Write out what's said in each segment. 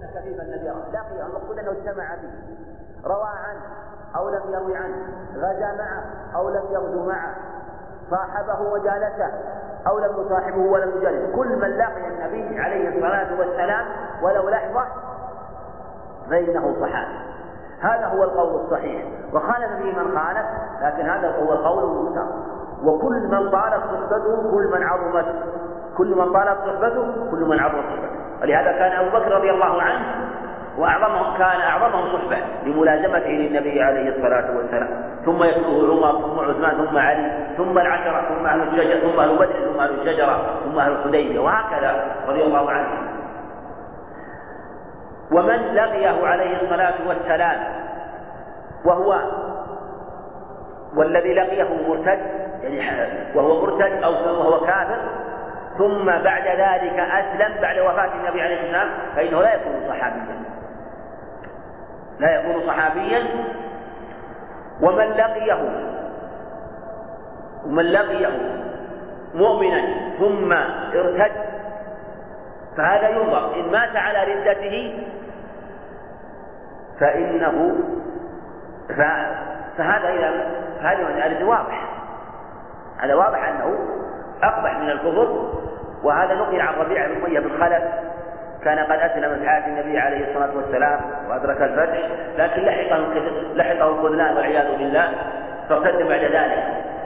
كان كفيف النبي لقيه، المقصود أنه اجتمع به، روى عنه أو لم يروي عنه، غزا معه أو لم يغزو معه، صاحبه وجالسه أو لم يصاحبه ولم يجالسه، كل من لقي النبي عليه الصلاة والسلام ولو لحظة فإنه صحابي. هذا هو القول الصحيح، وخالف فيه من خالف، لكن هذا هو القول المختار. وكل من طالت صحبته كل من عظمت، كل من طالت صحبته كل من عظمت صحبته. ولهذا كان أبو بكر رضي الله عنه كان أعظمهم صحبة لملازمته للنبي عليه الصلاة والسلام، ثم يتلوه عمر، ثم عثمان، ثم علي، ثم العشرة، ثم أهل الشجرة، ثم أهل بدر، ثم أهل الشجرة، ثم أهل الحديبية، وهكذا رضي الله عنه. ومن لقيه عليه الصلاة والسلام والذي لقيه مرتد، يعني وهو مرتد أو وهو كافر، ثم بعد ذلك أسلم بعد وفاة النبي عليه الصلاة والسلام، فإنه لا يكون صحابيا. ومن لقيه مؤمنا ثم ارتد فهذا ينظر، إن مات على ردته فهذا واضح، هذا واضح أنه أقبح من الكفر. وهذا نقل عن ربيعة بن أمية بن خلف، كان قد أسلم في حياة النبي عليه الصلاة والسلام وأدرك الفتح، لكن لحقه الخذلان والعياذ بالله فارتد بعد ذلك.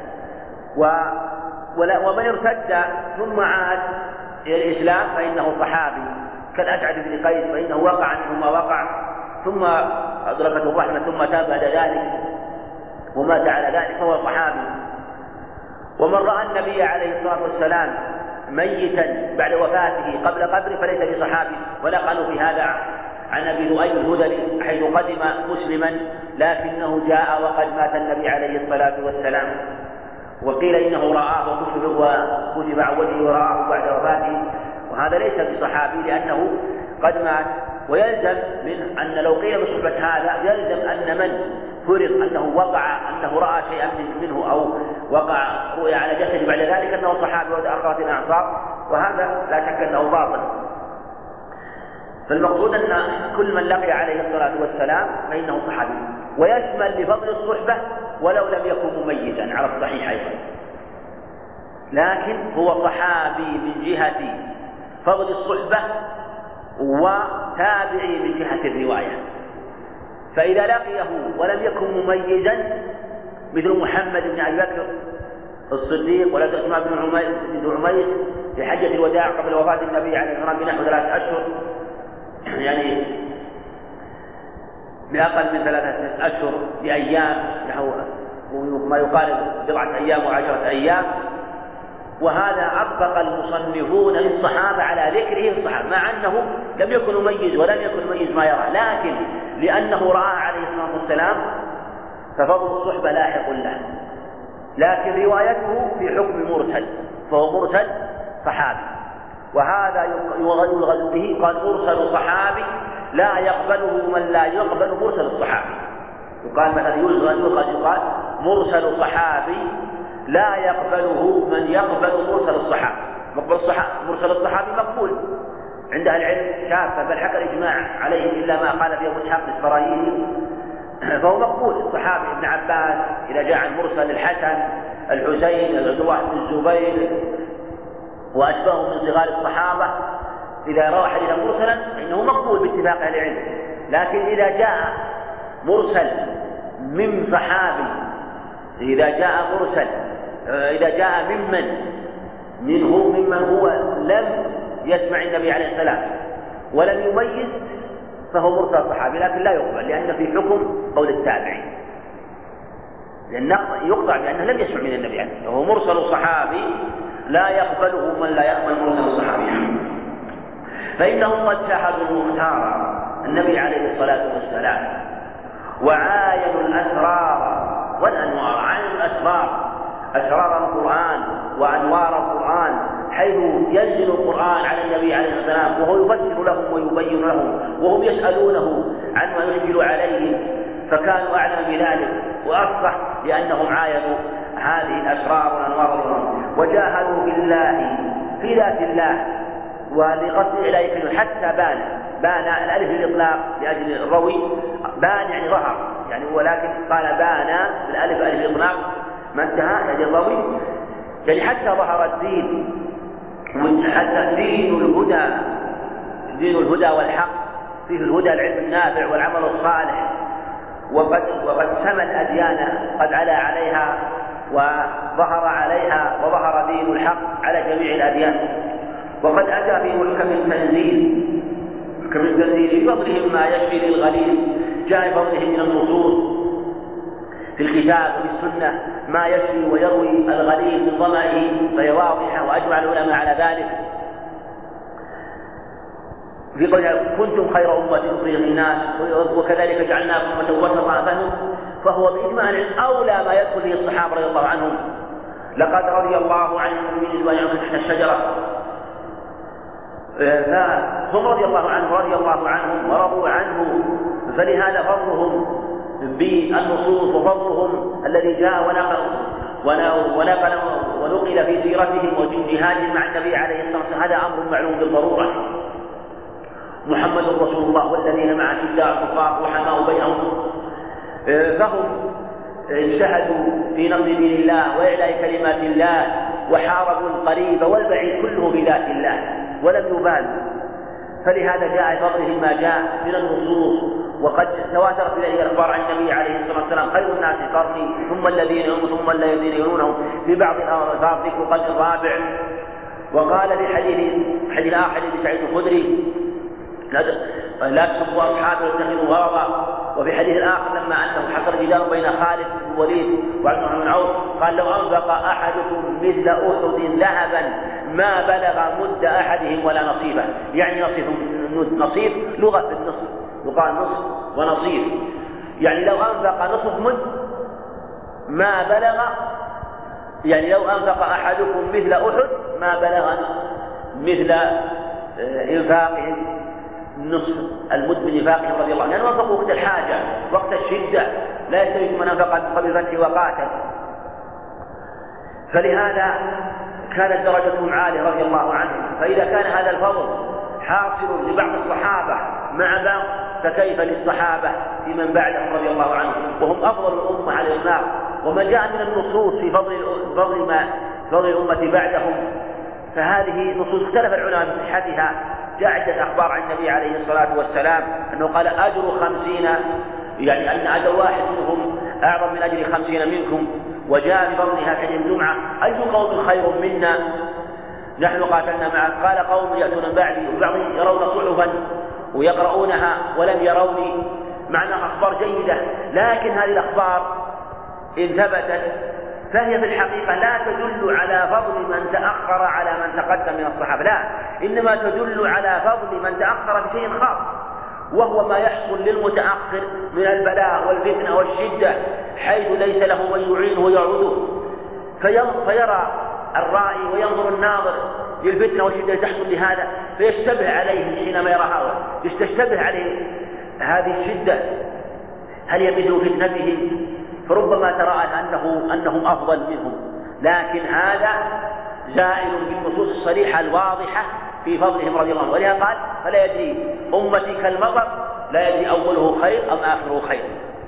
ومن ارتد ثم عاد إلى الإسلام فإنه صحابي، كالأسعد بن قيس، فإنه وقع منه ما وقع ثم أدركته الرحمة ثم تاب بعد ذلك ومات على ذلك فهو صحابي. ومن رأى النبي عليه الصلاة والسلام ميتا بعد وفاته قبل قبره فليس بصحابي. ونقلوا في هذا عن أبي ذؤيب الهذلي حيث قدم مسلما لكنه جاء وقد مات النبي عليه الصلاة والسلام، وقيل إنه رآه وكشف عن وجهه ورآه بعد وفاته، وهذا ليس بصحابي لأنه قد مات. ويلزم من أن لو قيل بصحبة هذا يلزم أن من فرض أنه رأى شيئا منه أو وقع رؤيا على جسد بعد ذلك أنه صحابي وتأخرت الأعصار، وهذا لا شك أنه باطل. فالمقصود أن كل من لقي عليه الصلاة والسلام فإنه صحابي، ويشمل بفضل الصحبة ولو لم يكن مميزا على الصحيح أيضا، لكن هو صحابي من جهة فضل الصحبة وتابعي من جهة الرواية. فإذا لقيه ولم يكن مميزا مثل محمد بن أبي بكر الصديق ولا أسماء بن عميس في حجة الوداع قبل وفاة النبي عليه الصلاة والسلام بنحو 3 أشهر، يعني بأقل من 3 أشهر بأيام، نحو ما يقارب 7 أيام و10 أيام، وهذا أطبق المصنفون للصحابة على ذكره الصحابة، مع أنه لم يكن مميز ولم يكن مميز ما يرى، لكن لأنه رأى عليه الصلاة والسلام ففضل الصحبة لاحق له. لكن روايته في حكم مرسل، فهو مرسل صحابي، وهذا يلغز به، قال مرسل صحابي لا يقبله من لا يقبل مرسل الصحابي. يقال مثلا يقال مرسل صحابي لا يقبله من يقبل مرسل الصحابي. مرسل الصحابي مقبول عند أهل العلم كافة، بل حكى الإجماع عليه إلا ما قال فيه أبو إسحاق الإسفرايني، فهو مقبول. الصحابي ابن عباس إذا جاء عن مرسل الحسن، الحسين، الواحد بن الزبير وأشباههم من صغار الصحابة، إذا روى حديثا مرسلا فإنه مقبول باتفاق أهل العلم. لكن إذا جاء مرسل من صحابي، إذا جاء ممن هو لم يسمع النبي عليه السلام ولم يميز فهو مرسل صحابي، لكن لا يقبل لأن في حكم قول التابعي، لأن يقطع بأنه لم يسمع من النبي عليه السلام، وهو مرسل صحابي لا يقبله من لا يقبل مرسل الصحابي. فإنهم قد شاهدوا المختار النبي عليه الصلاة والسلام وعاينوا الأسرار والأنوار، عاينوا الأسرار، أسرار القرآن وأنوار القرآن، حيث ينزل القرآن على النبي عليه السلام وهو يفسر لهم ويبين لهم، وهم يسألونه عن ما يشكل عليهم، فكانوا أعلم بذلك وأفصح لأنهم عاينوا هذه الأسرار والأنوار القرآن، وجاهدوا بالله في ذات الله ولقصد إليه حتى بان بان الألف للإطلاق لأجل الروي، بان يعني ظهر يعني، ولكن قال بان بالألف ألف الإطلاق ما انتهى يعني الروي، يعني حتى ظهر الدين، حتى دين الهدى والحق، فيه الهدى العلم النافع والعمل الصالح، وقد سمى الأديان قد علا عليها وظهر عليها، وظهر دين الحق على جميع الأديان. وقد أتى في محكم التنزيل بفضلهم ما يشفي للغليل، جاء بفضلهم من النصوص في الكتاب وفي السنة ما يشفي ويروي الغليل من ظمئه، فهي واضحة، وأجمع العلماء على ذلك. في قولها كنتم خير أمة أخرجت للناس وكذلك جعلناكم أمة وسطا، فهو بإجماع أولى ما يدخل به الصحابة رضي الله عنهم. لقد رضي الله عن المؤمنين إذ بايعوك تحت الشجرة، فهم رضي الله عنهم ورضوا عنه، فلهذا فضلهم بالنصوص وفضلهم الذي جاء ونقل في سيرتهم وفي جهادهم مع النبي عليه الصلاة والسلام، هذا أمر معلوم بالضرورة. محمد رسول الله والذين معه شداء الكفار رحماء بينهم، فهم اجتهدوا في نصر دين الله وإعلاء كلمات الله، وحاربوا القريب والبعيد كله بذات الله ولم يبالوا، فلهذا جاء بفضلهم ما جاء من النصوص. وقد تواترت ذلك الأخبار عن النبي عليه الصلاة والسلام: خير الناس قرني ثم الذين يلونهم ثم الذين يلونهم، في بعض الألفاظ ذكر قرن الرابع. وقال في حديث آخر لسعيد الخدري: لا تسبوا أصحابي واتخذوا غرضا. وفي حديث آخر لما أنه حصل جدال بين خالد بن الوليد وعبد الرحمن بن عوف قال: لو أنفق أحدكم مثل أحد ذهبا ما بلغ مد أحدهم ولا نصيبه. يعني نصيب لغة في النصف، يقال نصف ونصيب، يعني لو أنفق نصف مد ما بلغ، يعني لو أنفق أحدكم مثل أحد ما بلغ مثل إنفاقهم نصف المد من إنفاقهم رضي الله عنهم، لأنه أنفقوا وقت الحاجة وقت الشدة، لا يستوي من أنفق من قبل الفتح وقاتل. فلهذا كانت درجتهم عالية رضي الله عنهم. فإذا كان هذا الفضل حاصل لبعض الصحابة مع بعض، فكيف للصحابة في من بعدهم رضي الله عنهم، وهم أفضل الأمة على الإطلاق. وما جاء من النصوص في فضل الأمة بعدهم، فهذه نصوص اختلف العلماء في صحتها. جاء عدة أخبار عن النبي عليه الصلاة والسلام أنه قال: أجر 50، يعني أن أجر واحد منهم أعظم من أجر 50 منكم. وجاء بفضلها حديث الجمعة: أي قوم خير منا نحن قاتلنا معه؟ قال: قوم يأتون بعدي وبعضهم يرون صحفا ويقرؤونها ولم يروني. معنى أخبار جيدة، لكن هذه الأخبار إن ثبتت فهي في الحقيقة لا تدل على فضل من تأخر على من تقدم من الصحابة، لا، إنما تدل على فضل من تأخر بشيء خاص، وهو ما يحصل للمتأخر من البلاء والفتنة والشدة، حيث ليس له من يعينه ويعوده، فيرى الرائي وينظر الناظر للفتنة والشدة تحصل لهذا، فيشتبه عليه حينما يرى هذا، تشتبه عليه هذه الشدة هل هي مثل فتنتهم، فربما ترى أنهم أفضل منهم. لكن هذا زائل بالنصوص الصريحة الواضحة في فضلهم رضي الله عنهم. ولهذا قال: فلا يدري أمتي كالمطر لا يدري أوله خير أم آخره خير.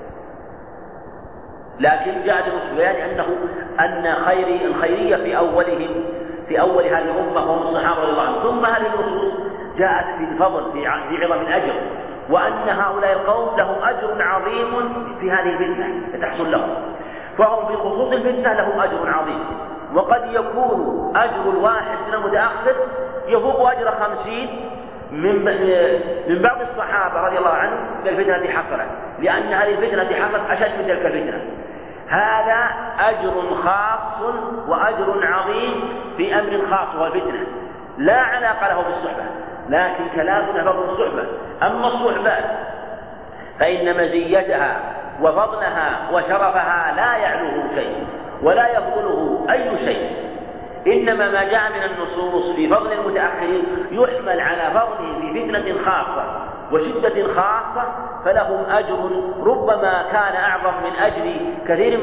لكن جاء بيان أن الخيرية في أول هذه الأمة هم الصحابة رضي الله عنهم. ثم هذه النصوص جاءت في الفضل في عظم الأجر، وأن هؤلاء القوم لهم أجر عظيم في هذه الفتنة تحصل لهم، فهم في خصوص الفتنة لهم أجر عظيم. وقد يكون أجر الواحد من المتأخر يفوق أجر 50 من بعض الصحابة رضي الله عنهم للفتنة حصلت، لأن هذه الفتنة حصلت أشد من تلك الفتنة. هذا أجر خاص وأجر عظيم في أمر خاص وهو الفتنة، لا علاقة له بالصحبة، لكن كلامنا فضل الصحبة. أما الصحبة فإن مزيتها وفضلها وشرفها لا يعلوه شيء ولا يفضله أي شيء، إنما ما جاء من النصوص في فضل المتأخرين يحمل على فضله في فتنة خاصة وشدة خاصة، فلهم أجر ربما كان أعظم من أجر كثير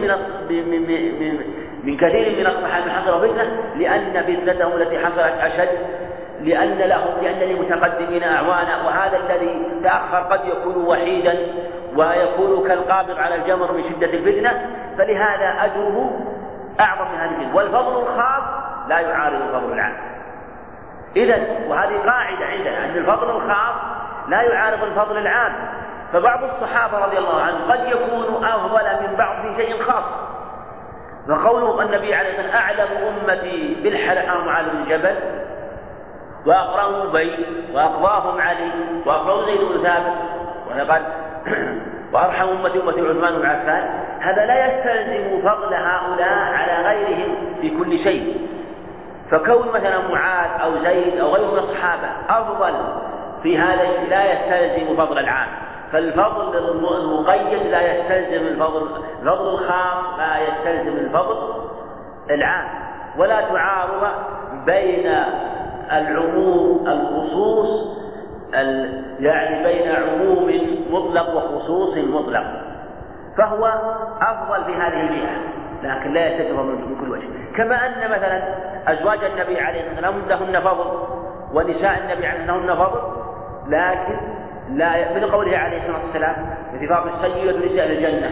من كثير من الصحابة حصلوا فتنة، لأن فتنتهم التي حصلت أشد، لأن للمتقدمين أعوانا، وهذا الذي تأخر قد يكون وحيدا ويكون كالقابض على الجمر من شدة الفتنة، فلهذا أجره أعظم من هذه الفتنة. والفضل الخاص لا يعارض الفضل العام. إذن وهذه قاعدة عندنا أن الفضل الخاص لا يعارض الفضل العام. فبعض الصحابة رضي الله عنهم قد يكون أفضل من بعض في شيء خاص، فقوله النبي عليه الصلاة والسلام أعلم أمتي بالحرام معاذ بن جبل، وأقرأهم أبي، وأقضاهم علي، وأقرأهم زيد بن ثابت، وقال وأرحم أمتي عثمان بن عفان، هذا لا يستلزم فضل هؤلاء على غيرهم في كل شيء. فكون مثلا معاذ أو زيد أو غيره من الصحابة أفضل في هذا الشيء لا يستلزم فضل العام. فالفضل المقيد لا يستلزم الفضل الخاص لا يستلزم الفضل العام، ولا تعارض بين العموم الخصوص، يعني بين عموم مطلق وخصوص مطلق، فهو أفضل في هذه الجهة لكن لا يستلزم من كل وجه. كما أن مثلا أزواج النبي عليه الصلاة والسلام لهن فضل، ونساء النبي عليه الصلاة والسلام لهن فضل، لكن لا من قوله عليه الصلاة والسلام اتفاق السيدة نساء الجنة،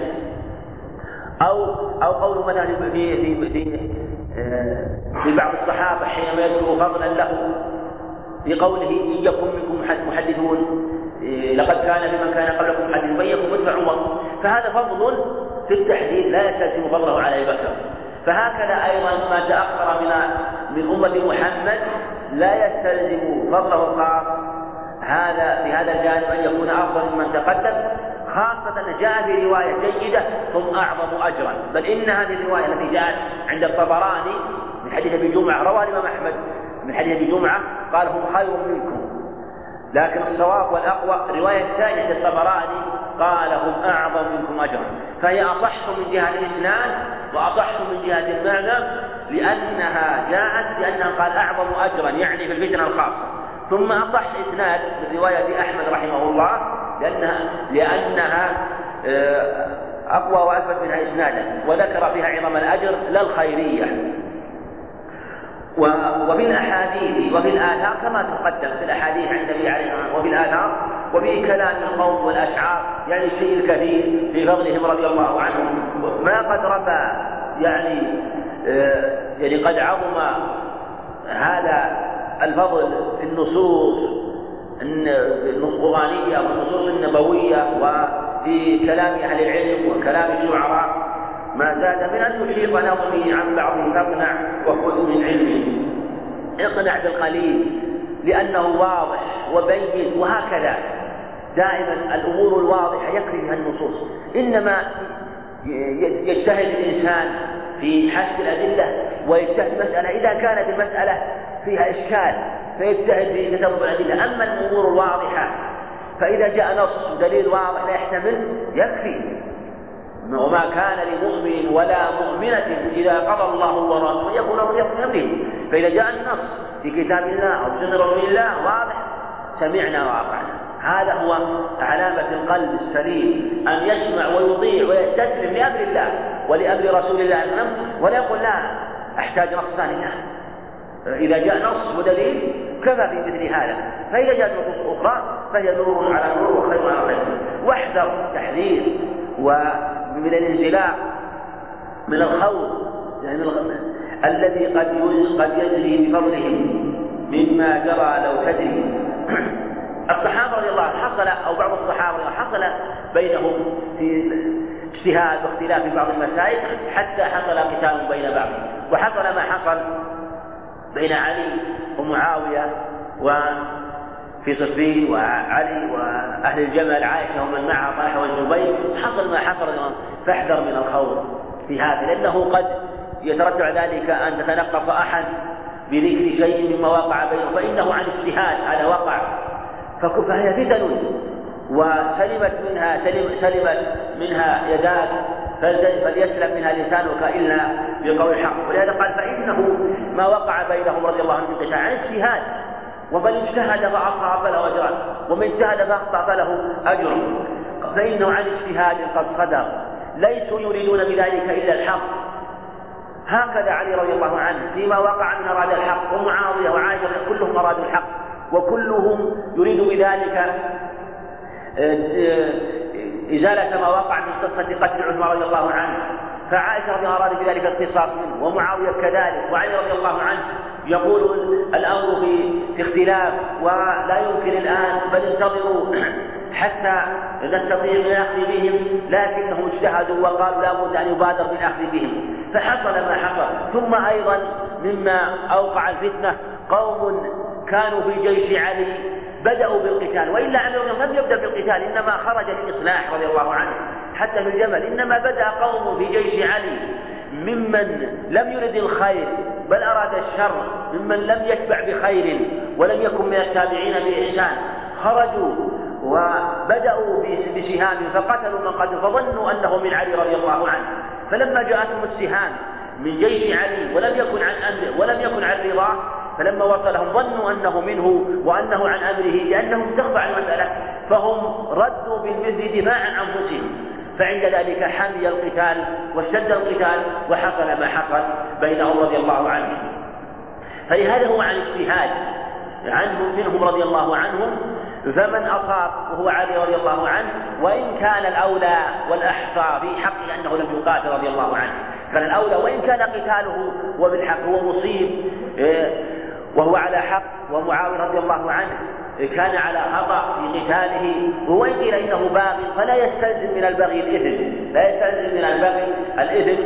أو قوله مثلا في بعض الصحابة حينما يذكر فضلا له بقوله إن يكن منكم محدثون لقد كان لمن كان قبلكم محدثون فإياكم مدفع عمر، فهذا فضل في التحديد لا يستلزم فضله على أبي بكر. فهكذا أيضا ما تأخر من أمة محمد لا يستلزم فضله الخاص هذا في هذا الجانب أن يكون أفضل ممن تقدم، خاصة جاء في رواية جيدة هم أعظم أجرا. بل إن هذه الرواية التي جاءت عند الطبراني من حديث أبي جمعة رواه الإمام أحمد من حديث أبي جمعة قال هم خير منكم، لكن الصواب والأقوى رواية ثانية عند الطبراني قال هم أعظم منكم أجرا، فهي أصح من جهة الإسناد وأصح من جهة المعنى، لأنها جاءت لأنها قال أعظم أجرا يعني في الفتنة الخاصة. ثم أصح إسناد من رواية أحمد رحمه الله لأنها أقوى وأثبت منها إسنادا، وذكر فيها عظم الأجر لا الخيرية. وفي الأحاديث وفي الآثار كما تقدم في الأحاديث عند النبي عليه الصلاة والسلام وفي الآثار وفي كلام القوم والأشعار يعني الشيء الكثير في فضلهم رضي الله عنهم، ما قد رفع يعني قد عظم هذا الفضل في النصوص القرآنية والنصوص النبوية وفي كلام أهل العلم وكلام الشعراء، ما زاد من أن يحيط نظمي عن بعضه فاقنع وخذ من علمه، اقنع بالقليل لأنه واضح وبين. وهكذا دائما الأمور الواضحة يكفي بها النصوص، إنما يجتهد الإنسان في حسب الأدلة ويجتهد المسألة إذا كانت المسألة فيها إشكال فيجتهد في تتبع الأدلة. أما الأمور الواضحة فإذا جاء نص ودليل واضح لا يحتمل يكفي. وما كان لمؤمن ولا مؤمنة إذا قضى الله ورسوله يكون لهم أمرهم، فإذا جاء النص في كتاب الله أو سنة رسول الله واضح سمعنا وأطعنا. هذا هو علامة القلب السليم أن يسمع ويطيع ويستسلم لأمر الله ولأمر رسول الله صلى الله عليه وسلم، ولا يقول لا أحتاج نص ثاني. لا، إذا جاء نص ودليل كفى في مثل هذا، فإذا جاءت نصوص أخرى فهي نور على نور وخير على خير. واحذر تحذير ومن الانزلاق من الخوف يعني الذي قد يجري بفضلهم مما جرى لو تدري. الصحابة رضي الله عنهم حصل أو بعض الصحابة حصل بينهم في اجتهاد واختلاف في بعض المسائل حتى حصل قتال بين بعضهم، وحصل ما حصل بين علي ومعاوية وفي صفين وعلي وأهل الجمل عائشة ومن معها طلحة والزبير، حصل ما حصل. فاحذر من الخوض في هذا، لأنه قد يترتب ذلك أن تتنقص أحد بذكر شيء مما وقع بينه فإنه عن اجتهاد هذا وقع، فهي فتن وسلمت منها يداك فليسلم منها لسانك إلا بقول الحق. ولهذا قال فإنه ما وقع بينهم رضي الله عنهم من قتال عن اجتهاد، ومن اجتهد فأصاب له أجران ومن اجتهد فأخطأ فله أجر، فإنه عن اجتهاد قد صدر، ليسوا يريدون بذلك إلا الحق هكذا علي رضي الله عنه فيما وقع من أراد الحق، ومعاوية وعائشة كلهم أرادوا الحق، وكلهم يريد بذلك إزالة ما وقع من قصة قتل عثمان رضي الله عنه. فعائشة رضي الله عنها أراد بذلك القصاص منه، ومعاوية كذلك، وعلي رضي الله عنه يقول الأمر في اختلاف ولا يمكن الآن، بل انتظروا حتى نستطيع من الأخذ بهم، لكنهم اجتهدوا وقالوا لا بد أن يبادر بالأخذ بهم، فحصل ما حصل. ثم أيضا مما أوقع الفتنة قوم كانوا في جيش علي بدأوا بالقتال، وإلا علي رضي الله عنه لم يبدأ بالقتال، إنما خرج للإصلاح رضي الله عنه حتى في الجمل، إنما بدأ قوم في جيش علي ممن لم يرد الخير بل أراد الشر، ممن لم يتبع بخير ولم يكن من التابعين بإحسان، خرجوا وبدأوا بسهام فقتلوا من قتلوا، فظنوا أنه من علي رضي الله عنه. فلما جاءتهم السهام من جيش علي ولم يكن عن أمره ولم يكن عن رضاه، فلما وصلهم ظنوا أنه منه وأنه عن أمره، لأنهم تخفى المسألة، فهم ردوا بالمثل دفاعا عن أنفسهم. فعند ذلك حمي القتال واشتد القتال وحصل ما حصل بينهم رضي الله عنهم. فلهذا هو عن اجتهاد عنهم منهم رضي الله عنهم، فمن أصاب وهو علي رضي الله عنه، وإن كان الأولى والأحصى في حقه أنه لم يقاتل رضي الله عنه، كان الأولى وإن كان قتاله وبالحق هو مصيب وهو على حق، ومعاوية رضي الله عنه كان على خطأ في قتاله، وإن قيل إنه باغ فلا يستلزم من البغي الإثم، لا يستلزم من البغي الإثم.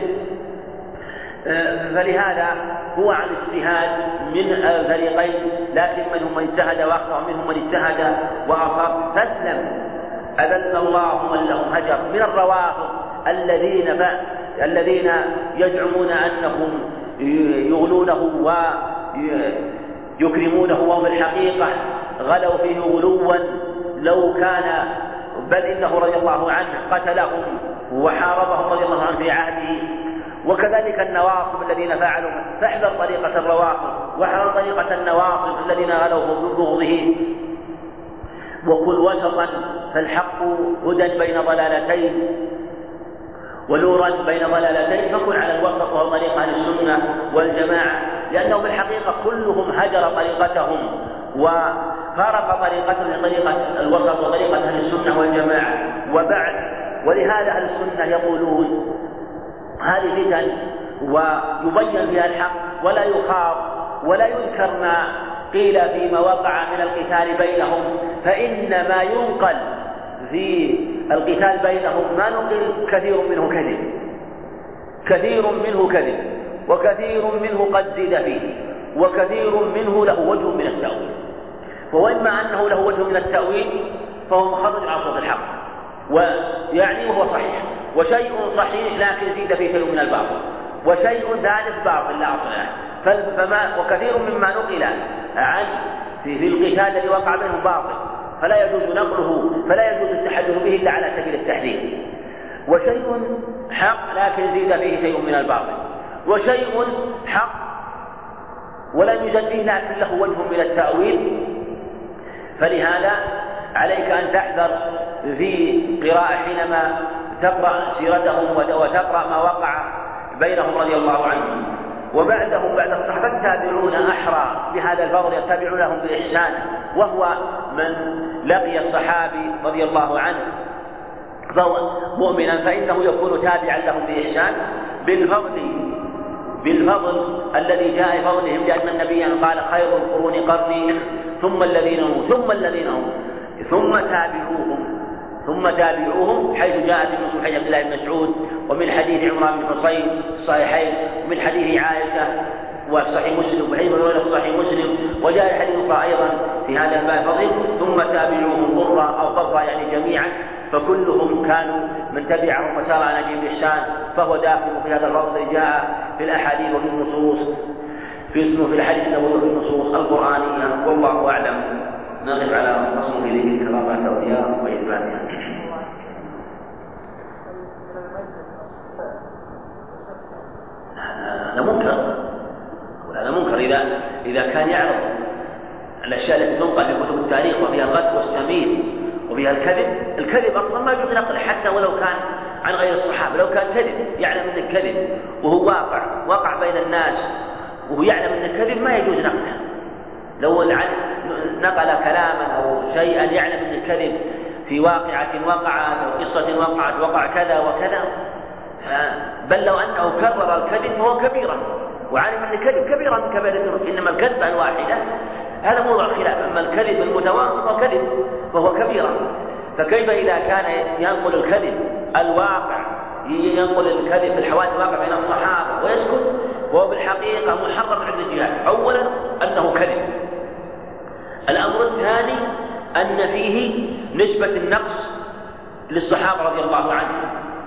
فلهذا هو عن اجتهاد من الفريقين، لكن منهم من اجتهد وأخطأ ومنهم من اجتهد وأصاب فاسلم. أذل الله من لهم هجر من الروافض الذين يزعمون أنهم يغلونه ويكرمونه، وهم الحقيقة غلوا فيه غلوا لو كان، بل إنه رضي الله عنه قتلهم وحاربهم رضي الله عنه في عهده. وكذلك النواصب الذين فعلوا، فاحذر طريقة الروافض واحذر طريقة النواصب الذين غلوا ببغضه، وكن وسطا، فالحق هدى بين ضلالتين ونورا بين ضلالتين، فكن على الوسط وهو طريق أهل السنة والجماعة، لأنهم بالحقيقة كلهم هجر طريقتهم وفارق طريقتهم لطريقة الوسط وطريقة أهل السنة والجماعة. وبعد، ولهذا أهل السنة يقولون هذه فتن ويبين فيها الحق ولا يخاف ولا يذكر ما قيل فيما وقع من القتال بينهم، فإن ما ينقل في القتال بينهم ما نقل كثير منه كذب، وكثير منه قد زيد فيه، وكثير منه له وجه من التأويل. وإما أنه له وجه من التأويل فهو مخرج عن صوت الحق ويعني وهو صحيح، وشيء صحيح لكن زيد فيه شيء من الباطل، وشيء ثالث باطل لا أصل له. وكثير مما نقل عن في القتال الذي وقع بينهم باطل، فلا يجوز نقله، فلا يجوز التحدث به إلا على سبيل التحذير. وشيء حق لكن زيد فيه شيء من الباطل، وشيء حق ولم يزد فيه لكن له وجه من التأويل. فلهذا عليك أن تحذر في قراءة حينما تقرأ سيرتهم وتقرأ ما وقع بينهم رضي الله عنهم. وبعدهم بعد الصحابة التابعون أحرى بهذا الفضل، يتبعونهم بإحسان، وهو من لقي الصحابي رضي الله عنه فهو مؤمنا فإنه يكون تابعا لهم بإحسان بالفضل الذي جاء فضلهم، لأن النبي قال خير القرون قرني ثم الذين هم ثم تابعوهم حيث جاءت من حديث عبد الله بن مسعود، ومن حديث عمران بن حصين الصحيحين، ومن حديث عائشة وصحيح مسلم، وحديث في صحيح مسلم، وجاء حديث أيضا في هذا الباب فضل ثم تابعوهم ضرا أو ضرا يعني جميعا، فكلهم كانوا من تبعهم وسار على نهجهم بإحسان، فهو داخل في هذا الفضل الذي جاء في الأحاديث وفي النصوص في الحديث النبوي وفي النصوص القرآنية. والله أعلم. نقف على فصل في ذكر كرامات الأولياء وإثباتها. هذا منكر إذا كان يعرض الأشياء التي تنقل في كتب التاريخ وفيها الغث والسمين وفيها الكذب أصلا ما يجوز نقله، حتى ولو كان عن غير الصحابة. لو كان كذب يعلم أن الكذب وهو وقع بين الناس وهو يعلم أن الكذب ما يجوز نقله. لو نقل كلاما أو شيئا يعلم أن الكذب في واقعة وقعت أو قصة وقع كذا وكذا، بل لو أنه كرر الكذب فهو كبيرة، وعلم أن الكذب كبيرة من كبائر الذنوب، إنما الكذبة الواحدة هذا موضوع خلاف، أما الكذب المتواصل هو كذب فهو كبيرة. فكيف إذا كان ينقل الكذب الواقع، ينقل الكذب في الحوادث الواقع بين الصحابة ويسكت، وهو بالحقيقة محرم عند الجهاد. أولا أنه كذب. الأمر الثاني أن فيه نسبة النقص للصحابة رضي الله عنهم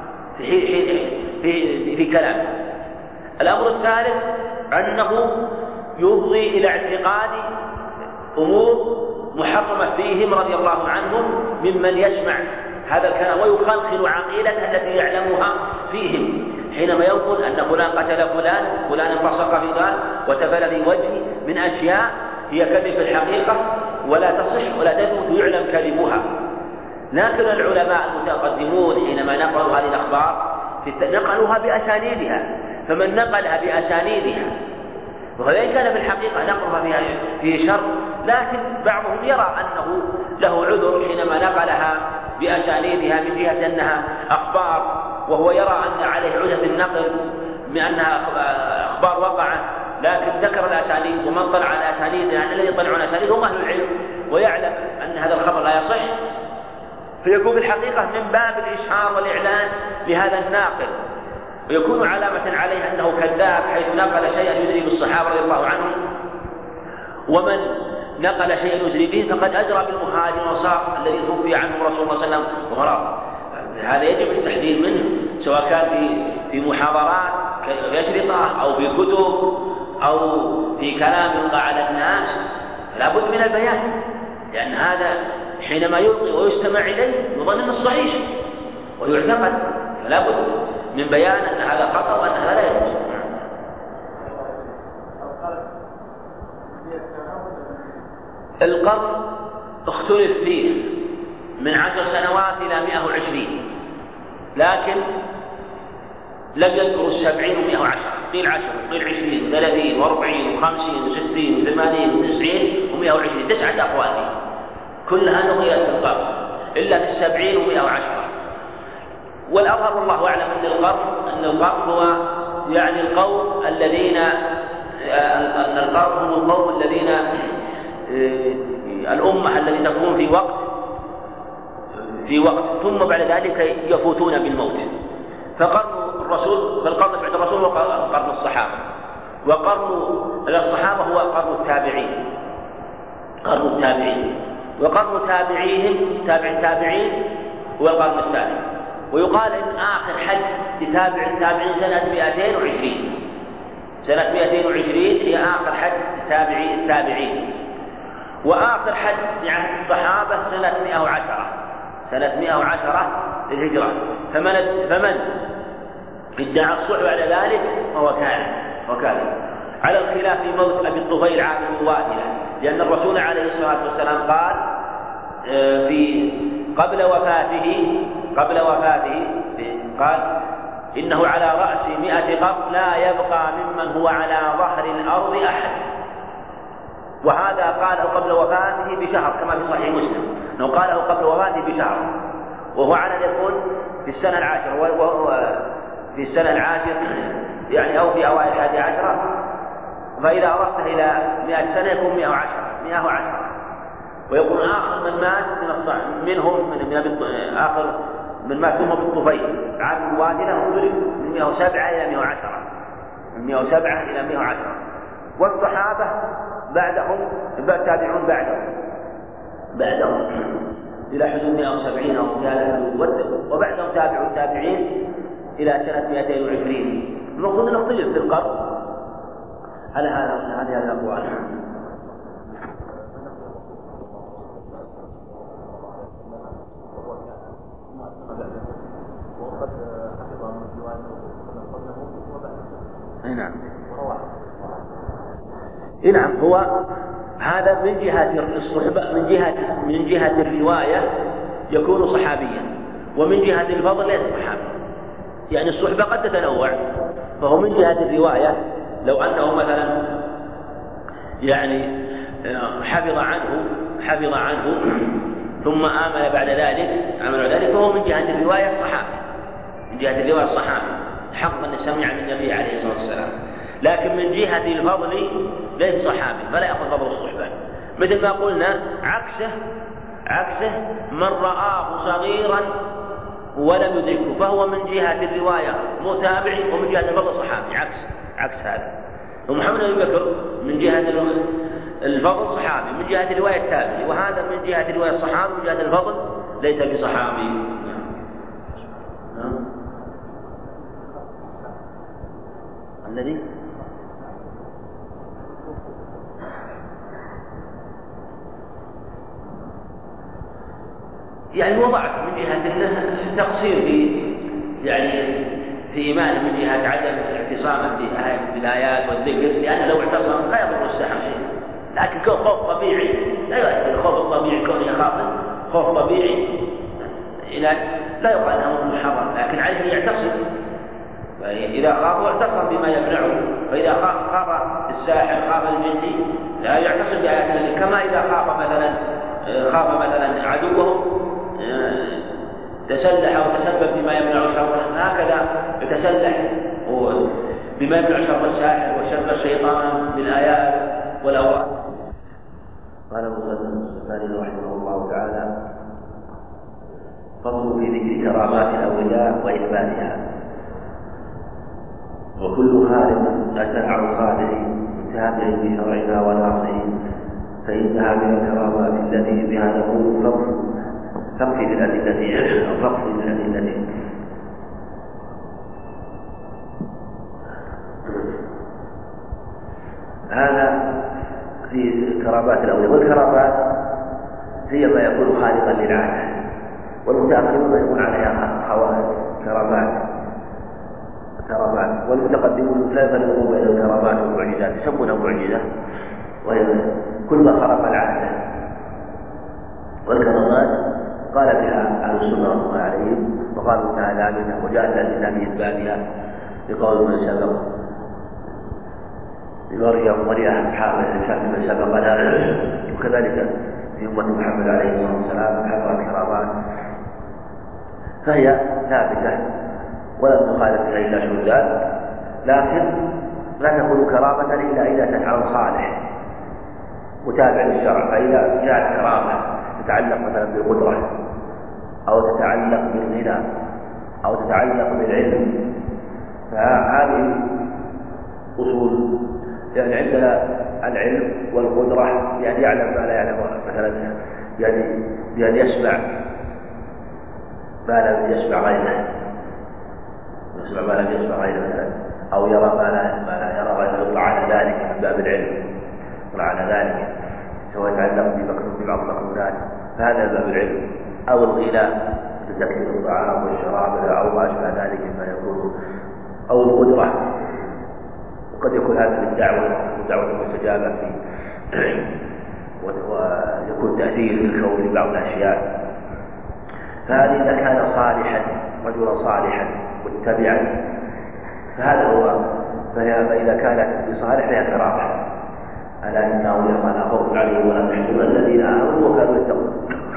في كلامه. الأمر الثالث أنه يفضي إلى اعتقاد أمور محرمة فيهم رضي الله عنهم ممن يسمع هذا الكلام ويخلخل عقيدته التي يعلمها فيهم، حينما يقول أن فلان قتل فلان انفسق في ذلك وتفل في وجهه من أشياء هي كذب في الحقيقة ولا تصح ولا تثبت ويعلم كذبها. لكن العلماء المتقدمون حينما نقلوا هذه الأخبار نقلوها بأسانيدها، فمن نقلها بأسانيدها وهذا كان في الحقيقة نقلها في شر، لكن بعضهم يرى أنه له عذر حينما نقلها بأسانيدها من جهة أنها أخبار، وهو يرى أن عليه عذر النقل بأنها أخبار وقعت، لكن ذكر الأسانيد ومن طلع على الأسانيد يعني الذي يطلعون الأسانيد هم أهل العلم ويعلم أن هذا الخبر لا يصح، فيكون في الحقيقة من باب الإشهار والإعلان لهذا الناقل، ويكون علامة عليه أنه كذاب حيث نقل شيئا يدري بالصحابة رضي الله عنهم. ومن نقل شيئا يدري به فقد أجرى بالمهاجر والأنصار الذي توفي عنه رسول الله صلى الله عليه وسلم وهرب. هذا يجب التحذير منه، سواء كان في محاضرات كأشرطة أو في كتب أو في كلام يلقى على الناس، فلا بد من البيان، لأن هذا حينما يلقي ويستمع إليه يظن أنه صحيح ويعتقد، فلا بد من بيان أن هذا خطأ وأن هذا لا يجوز. القرن اختلف فيه من 10 سنوات إلى 120، لكن لم يذكروا 70 و110، قيل 10 قيل 20 و30 و40 و50 و60 و80 و90 و120، 9 أقوال كلها نقلت في القرن إلا في 70 و110. والأظهر والله أعلم أن القرن هو يعني القوم الذين القرن هم القوم الذين الأمة التي تكون في وقت ثم بعد ذلك يفوتون بالموت. فالقرن بعد الرسول هو قرن الصحابة، وقرن الصحابة هو قرن التابعين، وقرن تابعيهم تابعين هو القرن الثاني. ويقال إن آخر حج لتابع التابعين سنة 220 هي آخر حج لتابعي التابعين، وآخر حج يعني الصحابة سنة 110 للهجرة. فمن ادعى الصلح بعد ذلك فهو كاذب، على الخلاف في موت أبي الطفيل عامر الوادلة، لأن الرسول عليه الصلاة والسلام قال قبل وفاته قال إنه على رأس 100 قرن لا يبقى ممن هو على ظهر الأرض أحد. وهذا قاله قبل وفاته بشهر كما في صحيح مسلم، أنه قاله قبل وفاته بشهر، وهو على يكون في السنة العاشرة، وهو في السنة العاشرة يعني أو في أوائل 11، فإذا أردت إلى 100 سنة يكون 110. ويقول آخر من مات آخر من مات منهم بالطفيل عام الوادلة وضرب من 107 إلى 110. والصحابة بعدهم التابعون بعدهم إلى حدود 170 أو 200، وبعدهم تابعوا التابعين إلى سنة 220. المقصود أن نختلف في القرن على هذه الأقوال. نعم هو هذا من جهة الصحبة، من جهة الرواية يكون صحابيا، ومن جهة الفضل ليس صحابي، يعني الصحبة قد تتنوع، فهو من جهة الرواية لو أنه مثلا يعني حفظ عنه ثم آمن بعد ذلك فهو من جهة الرواية الصحابي حقا أن سمع من النبي عليه الصلاة والسلام، لكن من جهة الفضل ليس صحابي فلا يأخذ فضل الصحبة. مثل ما قلنا عكسه من رآه صغيرا ولم يدركه فهو من جهة الرواية متابع، ومن جهة الفضل صحابي عكس هذا. ومحمد بن بكر من جهة الفضل صحابي، من جهة الرواية التابعي، وهذا من جهة الرواية الصحابي، من جهة الفضل ليس بصحابي. الذي يعني وضعت من جهة التقصير في إيمانه، من جهة عدم اعتصامه بالآيات والذكر، لأنه لو اعتصم لا يضر الساحر شيء، لكن خوف طبيعي لا يؤثر. الخوف الطبيعي كونه يخاف خوف طبيعي لا يقال أنه محرم، لكن عليه يعتصم. إذا خاف اعتصم بما يمنعه، فإذا خاف الساحر خاف الجني لا يعتصم بآيات الله، كما إذا خاف مثلا عدوه تسلح أو تسبب بما يمنع شره، هكذا يتسلح بما يمنع شر الساحر وشر الشيطان بالآيات والأوراق. قال المصنف رحمه الله تعالى: فصل في ذكر كرامات الأولياء وإثباتها. وكل خالق أتى عن صالح متابع بشرعنا وناصره فإنها من الكرامات التي بها نقول فقف للأدلة. هذا في كرامات الأولياء. والكرامات هي ما يكون خالقا للعادة، والمتأخرون يكون عليها خوارق كرامات، والمتقدمون لا يفرقون بين الكرامات والمعجزات، يسمونها معجزة وهي كل ما خرق العادة. والكرامات قال بها أهل السنة رحمه الله عليهم، وقالوا تعالى منها وجاء الأدلة بإثباتها لقول من سبق لمريم ولأصحاب الكهف من سبقنا، وكذلك في أمة محمد عليه الصلاة والسلام حفظ الكرامات، فهي ثابتة ولم تخالف فيها إلا شذوذات، لكن لا تكون كرامة إلا إذا كانت عن صالح متابع للشرع. فإذا جاءت كرامة تتعلق مثلا بالقدرة أو تتعلق بالغنى أو تتعلق بالعلم، فهذه أصول. يعني عندنا العلم والقدرة بأن يعلم ما لا يعلم، مثلا بأن يسمع ما لم يسمع غيره، مثلا، أو يرى ما لا يرى غيره، يطلع على ذلك من باب العلم، سواء يتعلق ببعض المكنونات فهذا باب العلم، أو الغناء تذكر الطعام والشراب أو ما أشبه ذلك مما يكون، أو القدرة، وقد يكون هذا الدعوة مستجابة ويكون تأثير في الكون لبعض الأشياء. فهذا إذا كان صالحا، رجلا صالحا متبعا، فهذا هو. فإذا كانت بصالح فهي كرامة. ألا إنه لا خوف عليهم ولا هم يحزنون الذين آمنوا وكانوا يتقون.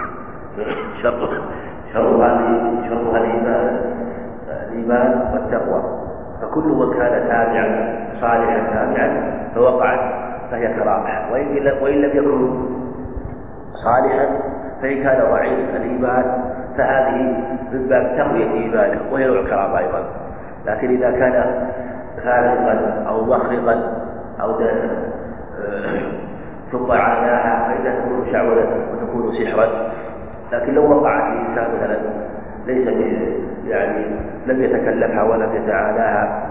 شرطها الإيمان والتقوى. فكل من كان تابعا صالحا تابعا فوقعت فهي كرامة، وإن لم يكن صالحا فإن كان ضعيف الإيمان فهذه من باب تقوية إيمانه وهي نوع كرامة أيضا. لكن إذا كان فاسقا أو مخرقا أو ثم عاناها فإنها تكون شعوذة وتكون سحرا. لكن لو وقعت الإنسان مثلا ليس يعني لم يتكلفها ولم يتعاناها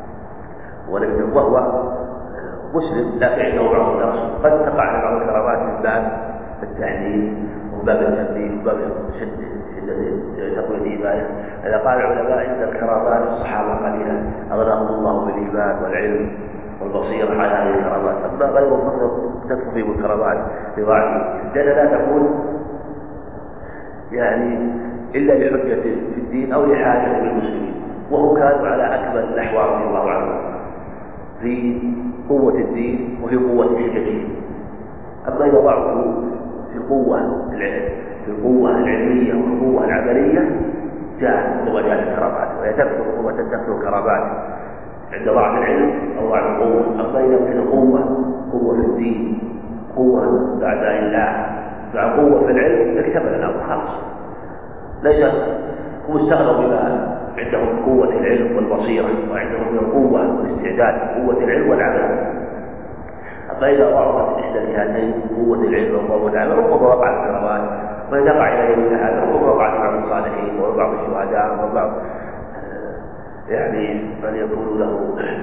وهو مسلم لكن عنده بعض النقص، قد تقع على بعض الكرامات من باب التحليل ومن باب التنبيه ومن باب تقوية إيمانه. إذا قال العلماء إن الكرامات الصحابة قليلا أغناهم الله بالإيمان والعلم والبصيرة على هذه الكرامات، أما غيرهم تكفي بالكرامات لضعفه، لأن لا تكون يعني إلا لحجة في الدين أو لحاجة للمسلمين. وهم كانوا على أكمل الأحوال رضي الله عنهم في قوة الدين وفي قوة حججهم. أما إذا ضعفوا في القوة العلمية والقوة العملية جاءت مواجهة الكرامات، وهي تكثر قوة تكثر كرامات عند ضعف العلم أو ضعف القوة. أما إذا كانت قوة في الدين، قوة بعد الله مع قوة في العلم، اكتمل الأمر خلاص، ليس هم استغنوا بما عندهم قوة العلم والبصيرة، وعندهم من القوة والاستعداد قوة العلم والعمل. أما إذا ضعفت إحدى الجهتين قوة العلم وقوة العمل ربما وقع الكرامات، وإذا وقع إلى يوم هذا ربما وقع بعض الصالحين وبعض الشهداء وبعض من يكون له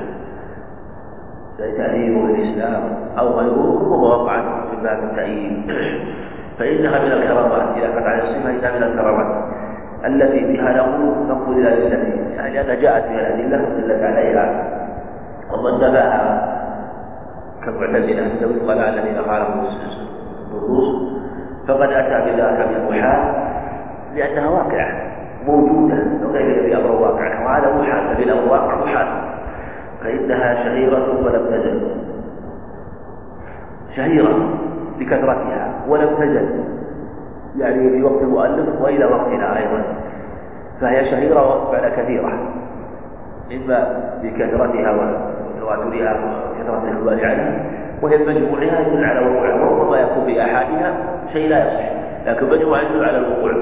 تأثير الإسلام أو غيره ربما وقع في باب التأييد، فإنها من الكرامات. إذا كانت على الصفة إنها من الكرامات التي بها نقول إلى الأدلة، يعني أنها جاءت بها الأدلة ودلت عليها، ومن نباها كالمعتزلة الضلال الذين خالفوا النصوص فقد أتى بذلك بالمحال، لأنها واقعة موجودة وغير بأمر واقع، وهذا محال بالأمر واقع محال، فإنها شهيرة ولم تزل شهيرة بكثرتها ولم تزل، يعني في وقت المؤلف وإلى وقتنا أيضا، فهي شهيرة بعد كثيرة، إما بكثرتها وتواترها وكثرة الإخبار عنها، وهي مجموعها يدل على وقوعها، وربما يكون بأحادها شيء لا يصح، لكن مجموعها يدل على الوقوع،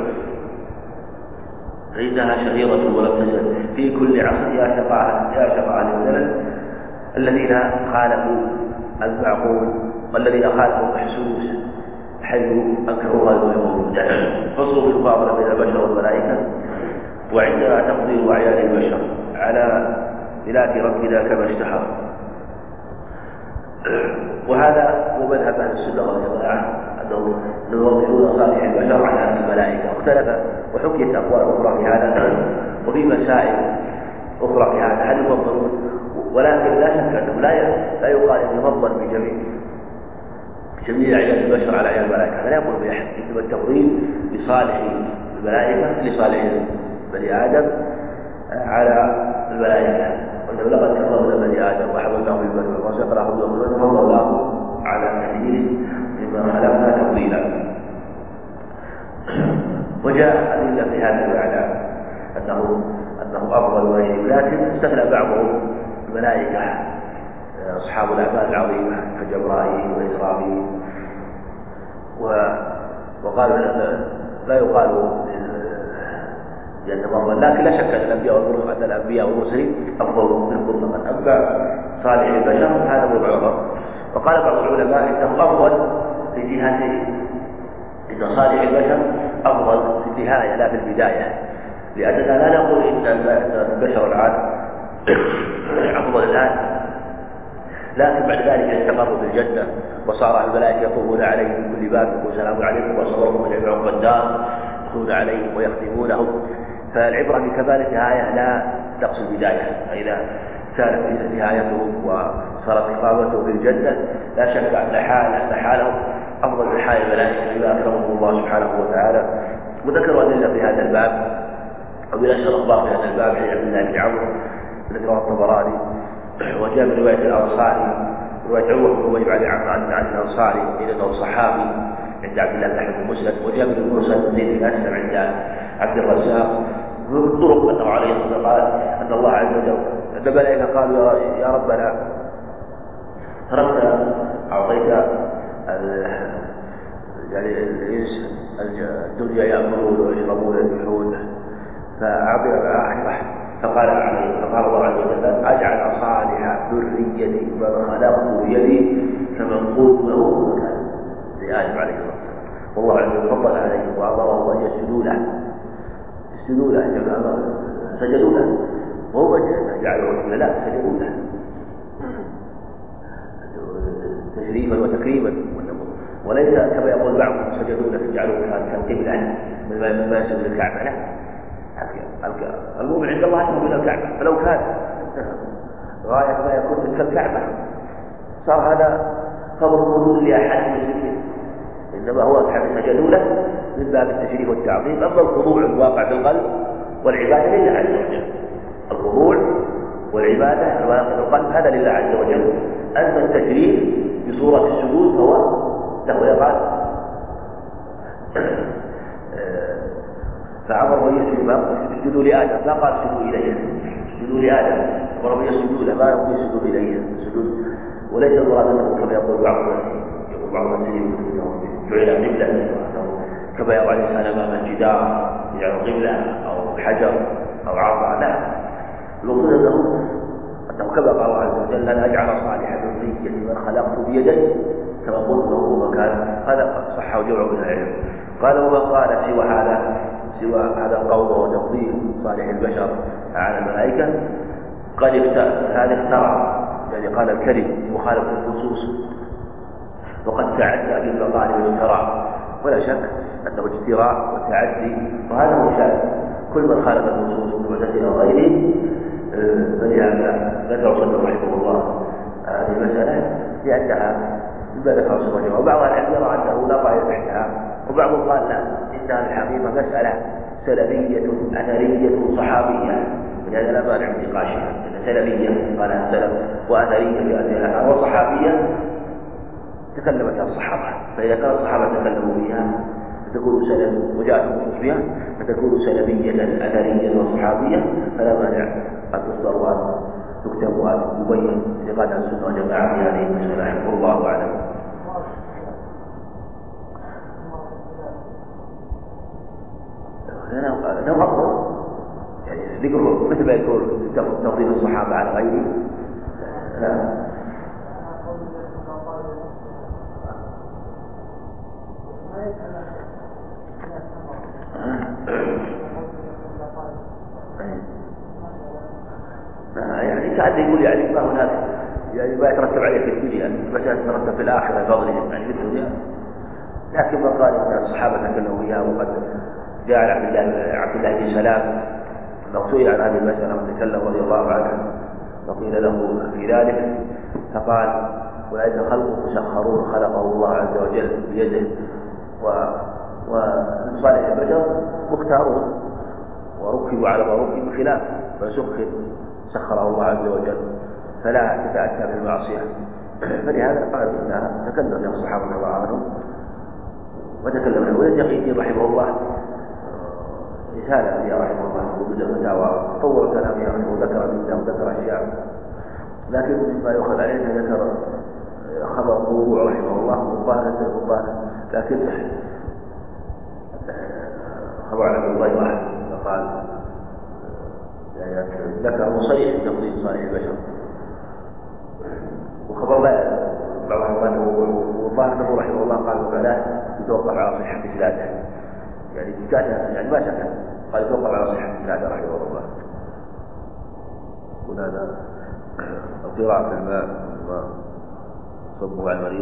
فإنها شهيرة ولم تزل في كل عصر. يا شفاعة الزمن الذين خالفوا المعقول والذين خالفوا المحسوس حيث أنكروا غير الموجود، فصلوا بالمفاضلة بين البشر والملائكة، وعندها تقدير أعيان البشر على بلاد ربنا كما اشتهر. وهذا هو مذهب أهل السنة والجماعة، أنهم يفضلون صالح البشر على الملائكة. اختلف وحكيت أقوال أخرى في هذا وفي مسائل أخرى في هذا هل يفضلون، ولكن لا شك أنه لا يقال أن يفضل بجميع أعيان البشر على أعيان الملائكة، لا يقول بأحد، إنما التفضيل بصالح الملائكة لصالح بني آدم على الملائكة، وأنه لقد كرمنا بني آدم وحملناهم في البر والبحر ورزقناهم من الطيبات وفضلناهم على كثير مما خلقنا تفضيلا. وجاء أدلة في هذا المعنى أنه أفضل وجه، لكن استثنى بعضهم الملائكة أصحاب الأعمال العظيمة كجبرائيل وإسرافيل، وقالوا لا يقال لأنهم أفضل، لكن لا شك أن الأنبياء والمرسلين أفضل منهم مطلقا. أما صالح البشر هذا هو العذر. وقال بعض العلماء إنه أفضل في جهته، إن صالح البشر أفضل في النهاية لا في البداية، لأننا لا نقول إن البشر العاد أفضل الآن، لكن بعد ذلك استقروا في الجنة وصار الملائكة يطوفون عليهم من كل باب وسلام عليكم وصبرهم جميعهم قدام يدخلون عليهم ويخدمونهم. فالعبرة بكمال النهاية لا تقصد البداية، فإذا كانت نهايتهم وصارت إقامتهم في الجنة لا شك أن حالهم أفضل من حال الملائكة بما أكرمهم الله سبحانه وتعالى. وذكروا أدلة في هذا الباب أو من أشهر الأخبار في هذا الباب عن عبد الله بن عمرو ذكره الطبراني، وجاء من رواية الأنصاري رواية عروة بن أبي عن الأنصاري إنه صحابي عند عبد الله بن أحمد مسلم، وجاء من المرسل زيد بن أسلم عند عبد الرزاق من طرق أنه عليه الصلاة والسلام قال أن الله عز وجل أن الملائكة قالوا يا ربنا تركت أعطيت يعني الإنس الدنيا يأكلون ويشربون ويذبحون فأعطنا الآخرة، فقال الله عز وجل أجعل صالح ذريتي من خلقت بيدي كمن قلت له مكان لآدم عليه الصلاة والسلام. والله عز وجل فضل عليهم وأمرهم أن يسجدوا له سجدوا له، وهو جعلوا لا سجدوا له تشريفا وتكريما، وليس كما يقول بعضهم سجدوا له جعلوا كالقبلة مما يسجد الكعبة، لا، المؤمن عند الله أكبر من الكعبة، فلو كان غاية ما يكون كالكعبة صار هذا فضل موجود لأحد المسلمين، إنما هو سجدوا له من باب التشريف والتعظيم. أما الخضوع الواقع في القلب والعبادة لله عز وجل، الخضوع والعبادة الواقع القلب هذا لله عز وجل. أما التجريد بصورة السجود فهو له. يقال فأمر به اسجدوا لآدم، لا قال اسجدوا إليه، اسجدوا لآدم، أمر به السجود، ما يقول اسجدوا إليه السجود. وليس المراد أنه كما يقول بعض المسلمين جعل قبلة، كما يضع الإنسان أمام الجدار يجعل قبلة أو حجر أو عصا، لا، المقصود أنه كما قال الله عز وجل لن أجعل صالح ذرية من خلقت بيدي كما قلت له مكان. هذا صح وجمع من العلم. قال ومن قال سوى هذا القول وهو تفضيل صالح البشر على الملائكة قد هذا افترى، يعني قال الكلم مخالف للنصوص وقد تعدى بالمقال والافتراء، ولا شك أنه اجتراء وتعدي، وهذا هو شأن كل من خالف النصوص من المعتزلة وغيره. فلهذا ذكر صدر رحمه الله هذه المسألة لأنها مما ذكر صدر، وبعض العلم يرى أنه لا طائر تحتها، وبعضهم قال لا، إنها الحقيقة مسألة سلبية أثرية صحابية، ولهذا لا مانع من نقاشها. سلبية قالها السلف، وأثرية بأثرها، وصحابية تكلم فيها الصحابة، فإذا كان الصحابة تكلموا فيها فتكون سلب، وجاءت النصوص بها فتكون سلبية أثرية وصحابية، فلا مانع أن تصدر وأن تكتب وأن تبين اعتقاد السنة والجماعة في هذه المسألة. والله أعلم. أنا أفضل يعني ذكره مثل ما يكون تفضيل الصحابة على غيره. لا يعني كأنه يقول يعني ما هناك يعني ما يترتب عليه في الدنيا مسألة تترتب في الآخرة فضلهم يعني في الدنيا، لكن ما قال أن الصحابة تكلموا فيها. وقد جاء عبد الله بن سلام لو سئل عن هذه المسألة وتكلم رضي الله عنه فقيل له في ذلك فقال أولئك خلق مسخرون خلقه الله عز وجل بيده، وصالح البشر مختارون وركبوا على ما ركبوا خلاف سخره الله عز وجل، فلا تتأتى بالمعصية. فلهذا قال إنها تكلم يا الصحابة رضي الله عنهم وتكلم عنه. ويتقي الدين رحمه الله رسالة فيها رحمه الله وجود الفتاوى طور كلام فيها رحمه، ذكر منها وذكر أشياء، لكن مما يؤخذ عليه ذكر خبر الموضوع رحمه الله والظاهر، لكن خبر عن الضيرة فقال يعني ذكر مصريح تفضيل صالح البشر، وخبر لا بعضهم قال والظاهر انه رحمه الله قال وعلاه يتوقف على صحة إسناده، يعني يعني ما شك قال يتوقف على صحة إسناده رحمه الله. هذا القراءة في الماء صبه على المريض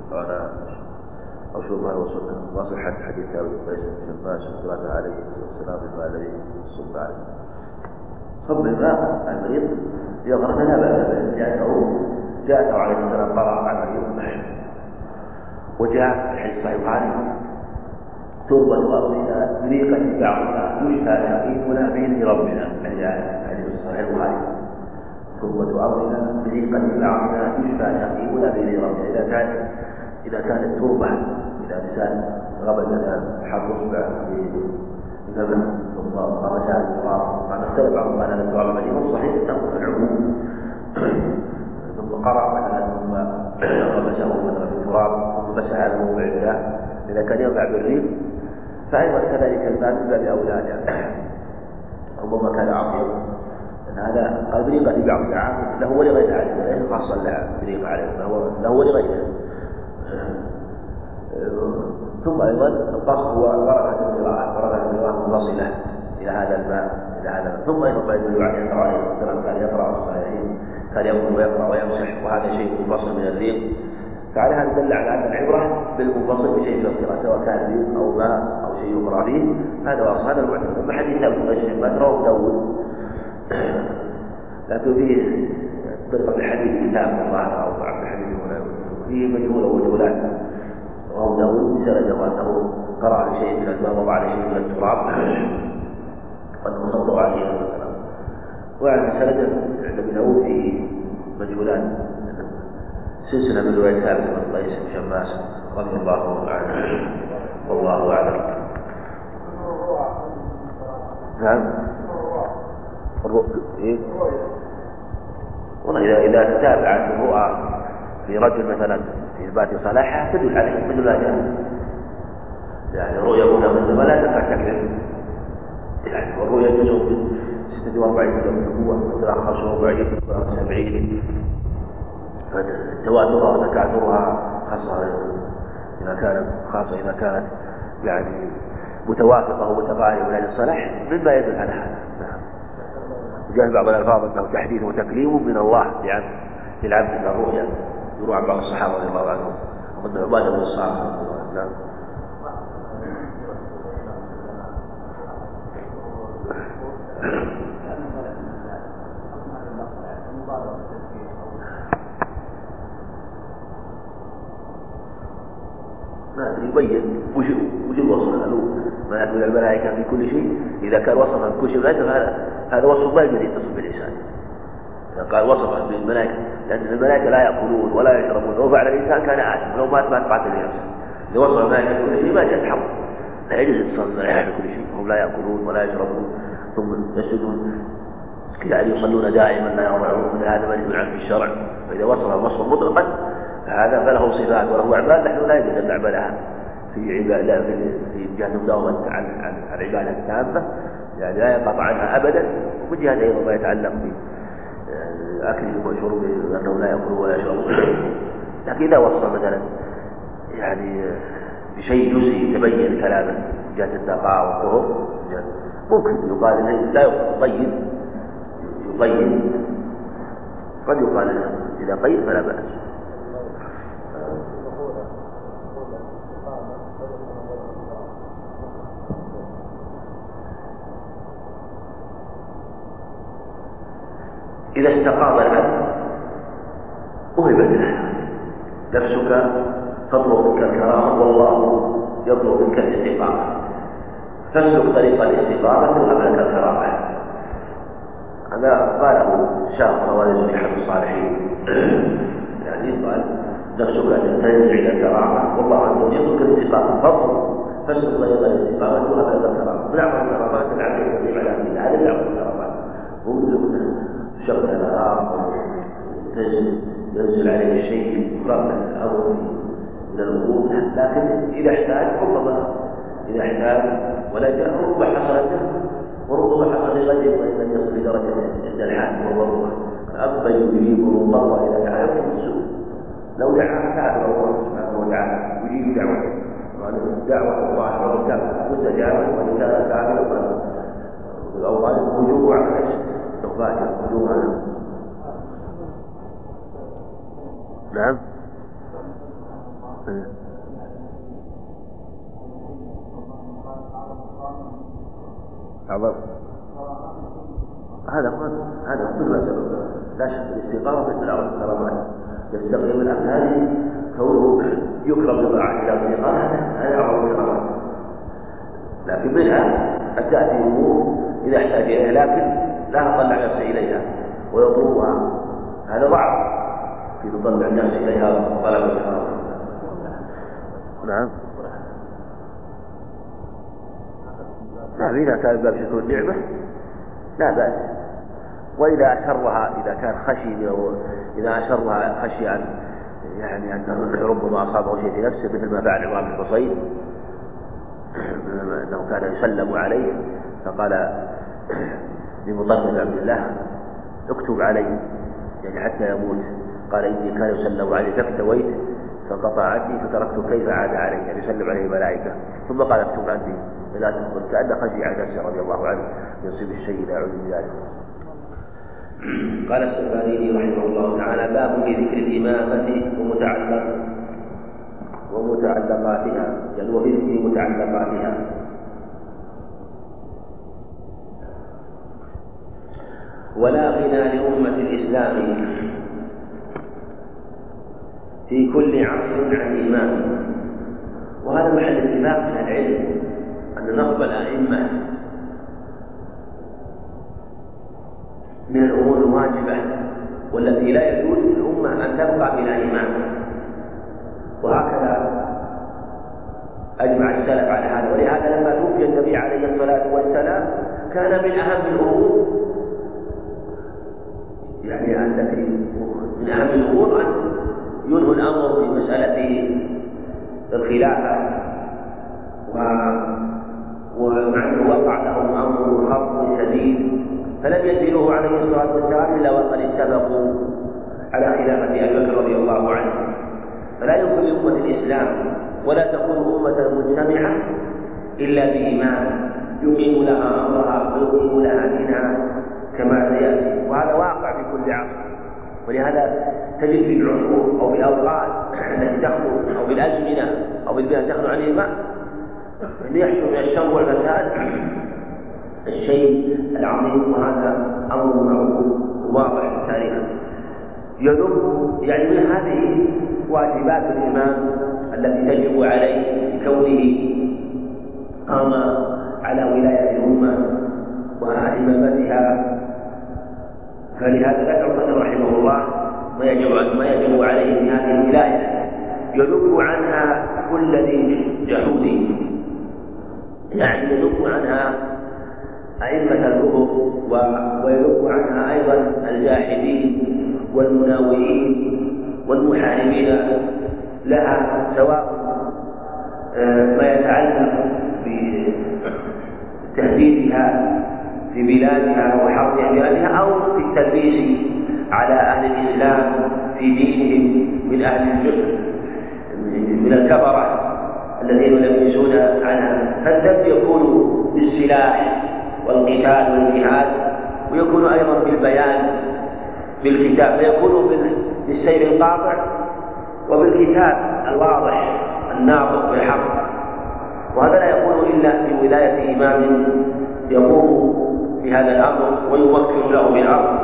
أو شربها وسنة، وصحة حديث أبي قيس بن شماس صلى عليه والسلام الماء الذي صب عليه. صب الماء على المريض يظهر لا بأس به، لأنه جاء عليه السلام قرأ على المريض، وجاء في الحديث الصحيحين تربة أرضنا بريقة بعضنا يشفى سقيمنا بإذن ربنا، حديث صحيح البخاري. تربة أرضنا بريقة بعضنا يشفى سقيمنا بإذن ربنا. إذا كانت التربة إذا إنسان غبن حط إصبع بفمه ثم غمسها التراب، معنى اختلف بعض أن التراب المدينة صحيح تنقل العموم، ثم قرأ مثلا ثم غمسه مثلا بالتراب ثم مسح على موضع الله، إذا كان ينفع بالريق فأيضا كذلك الماء من باب أولى، ربما كان عظيم أن هذا قال بريقة بعض العام له ولغيره عليه، ليس خاصا له بريقة عليه، له ولغيره. ثم أيضا القصد هو بركة القراءة الموصلة إلى هذا الماء، ثم أيضا ما يدل عليه السلام كان يقرأ الصحيحين، كان يقول ويقرأ ويمسح، وهذا شيء منفصل من الريق، فعلى هذا دل على أن العبرة بالمنفصل بشيء من القراءة سواء كان ريق أو ماء أو شيء يقرأ فيه، هذا واصل. هذا المعتمد. ثم حديث أبي قيس ما رواه داود، لكن فيه طريقة الحديث كتاب الظاهر أو ضعف الحديث فيه مجهول ومجهولات. رواه داود بسند أنه قرأ بشيء من الماء وضع على شيء من التراب وأنه صلى عليه وسلم. وعن سند عند ابن داود في مجهولان سلسلة من رواية ثابت بن قيس بن شماس رضي الله عنه والله أعلم. نعم. إيه؟ والله إذا تتابعت الرؤى في رجل مثلا في إثبات صلاحها تدل عليه مثل ما جاء، يعني رؤيا هنا من لا تنفع تكذب، يعني والرؤيا جزء من 46 من النبوة مثل 45 70 فتواترها وتكاثرها خاصة إذا كانت يعني متوافقة ومتقاربة لهذا الصلاح مما يدل على هذا. وجاء بعض الألفاظ أنه تحديث وتكليم من الله للعبد من الرؤيا، يروى عن بعض الصحابة رضي الله عنهم ومن عبادة بن الصالح. نعم. يبين وش الوصف ما يقول الملائكة في كل شيء. إذا كان وصفا في كل شيء هذا وصف ما يجوز يتصف بالإنسان. إذا قال وصفا بالملائكة، لأن الملائكة لا يأكلون ولا يشربون، لو فعل الإنسان كان آدم، ولو مات قاتل نفسه. إذا وصف الملائكة في كل شيء ما جاء الحق، لا يجوز اتصاف الملائكة في كل شيء. هم لا يأكلون ولا يشربون ثم يسجدون، يعني يصلون دائما لا يضيعون، هذا ما يدل عنه في الشرع. فإذا وصف وصفا مطلقا هذا فله صفات وله أعمال نحن لا يجوز أن نعملها في عبادة في جهة مداومة عن العبادة التامة، يعني لا ينقطع عنها أبدا. ومن جهة أيضا ما يتعلق بأكله وشربه أنه لا يأكل ولا يشرب. لكن إذا وصف مثلا يعني بشيء جزئي يتبين كلامه جهة الدقاء والطهر ممكن يقال إنه لا يقيد قد يقال إنه إذا قيد فلا بأس. إذا استقام العبد وهبت له نفسك تطلب منك الكرامة والله يطلب منك الاستقامة، فاسلك طريق الاستقامة وهب لك الكرامة. هذا قاله شاف خوارزمي أحد الصالحين، يعني قال نفسك أن تنزع إلى الكرامة والله عز يطلب الاستقامة فاسلك طريق الاستقامة وهب لك الكرامة. نعم الكرامات العبد يستطيع على مثل هذا نعم الكرامات شغل الأرض ينزل عليه الشيء يقرب الأمر من الأمور، لكن إذا احتاج ربما ولجأ ربما حصل له وربما حصل لغيره وإن لم يصل لدرجة عند الحاج والضرورة. الأب يجيب المضطر إذا دعا يكون السوء، لو دعا كافر الله سبحانه وتعالى يجيب دعوته، دعوة الله مستجابة وإن كان كافرا أو قال وجوب على نفسه فاجر وجوب على. نعم. هذا كل ما سبب لا شك الاستقامة مثل أول الكرامات يستقيم الأمر هذه كونه يكرم بطاعة إلى الاستقامة هذا أعظم الكرامات. لكن منها أن تأتي أمور إذا احتاج إليها لكن لا تطلع نفسه إليها ويطلبها، هذا ضعف في تطلع النفس إليها طلب الكرامة. نعم. نعم إذا كان باب شكر النعمة لا بأس، وإذا أسرها إذا كان خشي إذا أسرها خشي أن يعني أن ربما أصابه شيء في نفسه مثل ما فعل عمران بن حصين أنه كان يسلم عليه فقال لمطلب عبد الله اكتب علي يعني حتى يموت، قال إني كان يسلم علي فاكتويت فانقطع عني فتركت كيف عاد علي، يعني يسلم عليه الملائكة، ثم قال اكتب عني لا تدخل، كأن خشي على نفسه رضي الله عنه يصيب الشيء لا يعود بذلك. قال السفاريني رحمه الله تعالى: باب في ذكر الإمامة ومتعلقاتها، يعني وفي ذكر متعلقاتها. ولا غنى لأمة الإسلام في كل عصر عن إمام. وهذا محل اتفاق من العلم أن نصب الأئمة من والتي لا يجوز للأمة أن تبقى بلا إمام. وهكذا أجمع السلف على هذا. ولهذا لما توفي النبي عليه الصلاة والسلام كان من أهم الأمور أن ينهى الأمر في مسألة الخلافة، ومع أنه وقع لهم أمر خطر شديد فلم ينزلوه عليه الصلاة والسلام إلا وقد اتفقوا على خلافة أبي بكر رضي الله عنه. فلا يمكن لأمة الإسلام ولا تكون أمة مجتمعة إلا بإمام يقيم لها أمرها ويقيم لها دينها كما سيأتي، وهذا واقع في كل عصر. ولهذا تجد في العصور أو في الأوقات التي تخلو أو في الأزمنة أو في البلاد تخلو عن الإمام أن يحصل من الشر والفساد الشيء العظيم، وهذا أمر معروف واضح في التاريخ. يعني من هذه واجبات الإمام التي تجب عليه بكونه قام على ولاية الأمة وإمامتها. فلهذا ذكر ابن رحمه الله ما يجب عليه في هذه الولاية، يذب عنها كل ذي جحود، يعني يذب عنها أئمة الكفر ويذب عنها أيضا الجاحدين والمناوئين والمحاربين لها، سواء ما يتعلق بتهديدها في بلادها وحرب بلادها أو في التلبيس على أهل الإسلام في دينهم من أهل الجهل من الكفرة الذين يلبسون عنها. فالدم يكون بالسلاح والقتال والجهاد، ويكون أيضا بالبيان بالكتاب، فيكون بالسير القاطع وبالكتاب الواضح الناطق بالحق. وهذا لا يكون إلا بولاية إمام يقوم بهذا الأمر ويوكل له بالأمر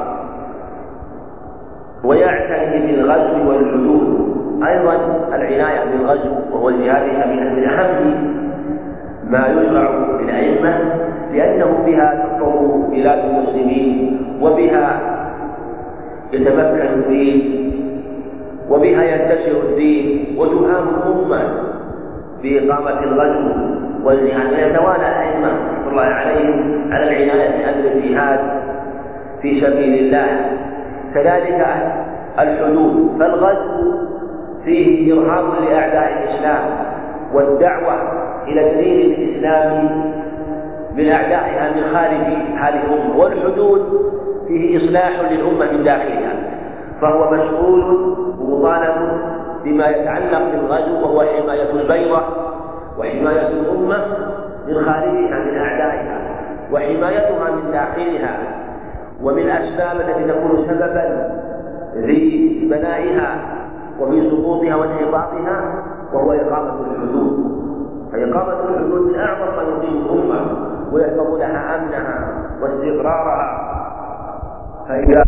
ويعتني بالغزو والحدود. أيضا العناية بالغزو وهو الجهاد من أهم ما يشرع للأئمة، لأنه بها تحفظ بلاد المسلمين وبها يتمكن الدين وبها ينتشر الدين وتهام الأمة بإقامة الغزو والجهاد. ويتوالى الأئمة رحمة الله عليهم على العناية بأمر الجهاد في سبيل الله. كذلك الحدود، فالغزو فيه إرهاب لأعداء الإسلام والدعوة إلى الدين الإسلامي من أعدائها من خارج هذه الأمة، والحدود فيه إصلاح للأمة من داخلها، فهو مسؤول ومطالب بما يتعلق بالغزو، وهو حماية البيضة وحماية الأمة من خارجها من أعدائها وحمايتها من داخلها. ومن الأسباب التي تكون سببا في بنائها وفي سقوطها وانحطاطها وهو إقامة الحدود. فإقامة الحدود من أعظم ما يقيم الأمة ويحفظ لها أمنها واستقرارها. فإذا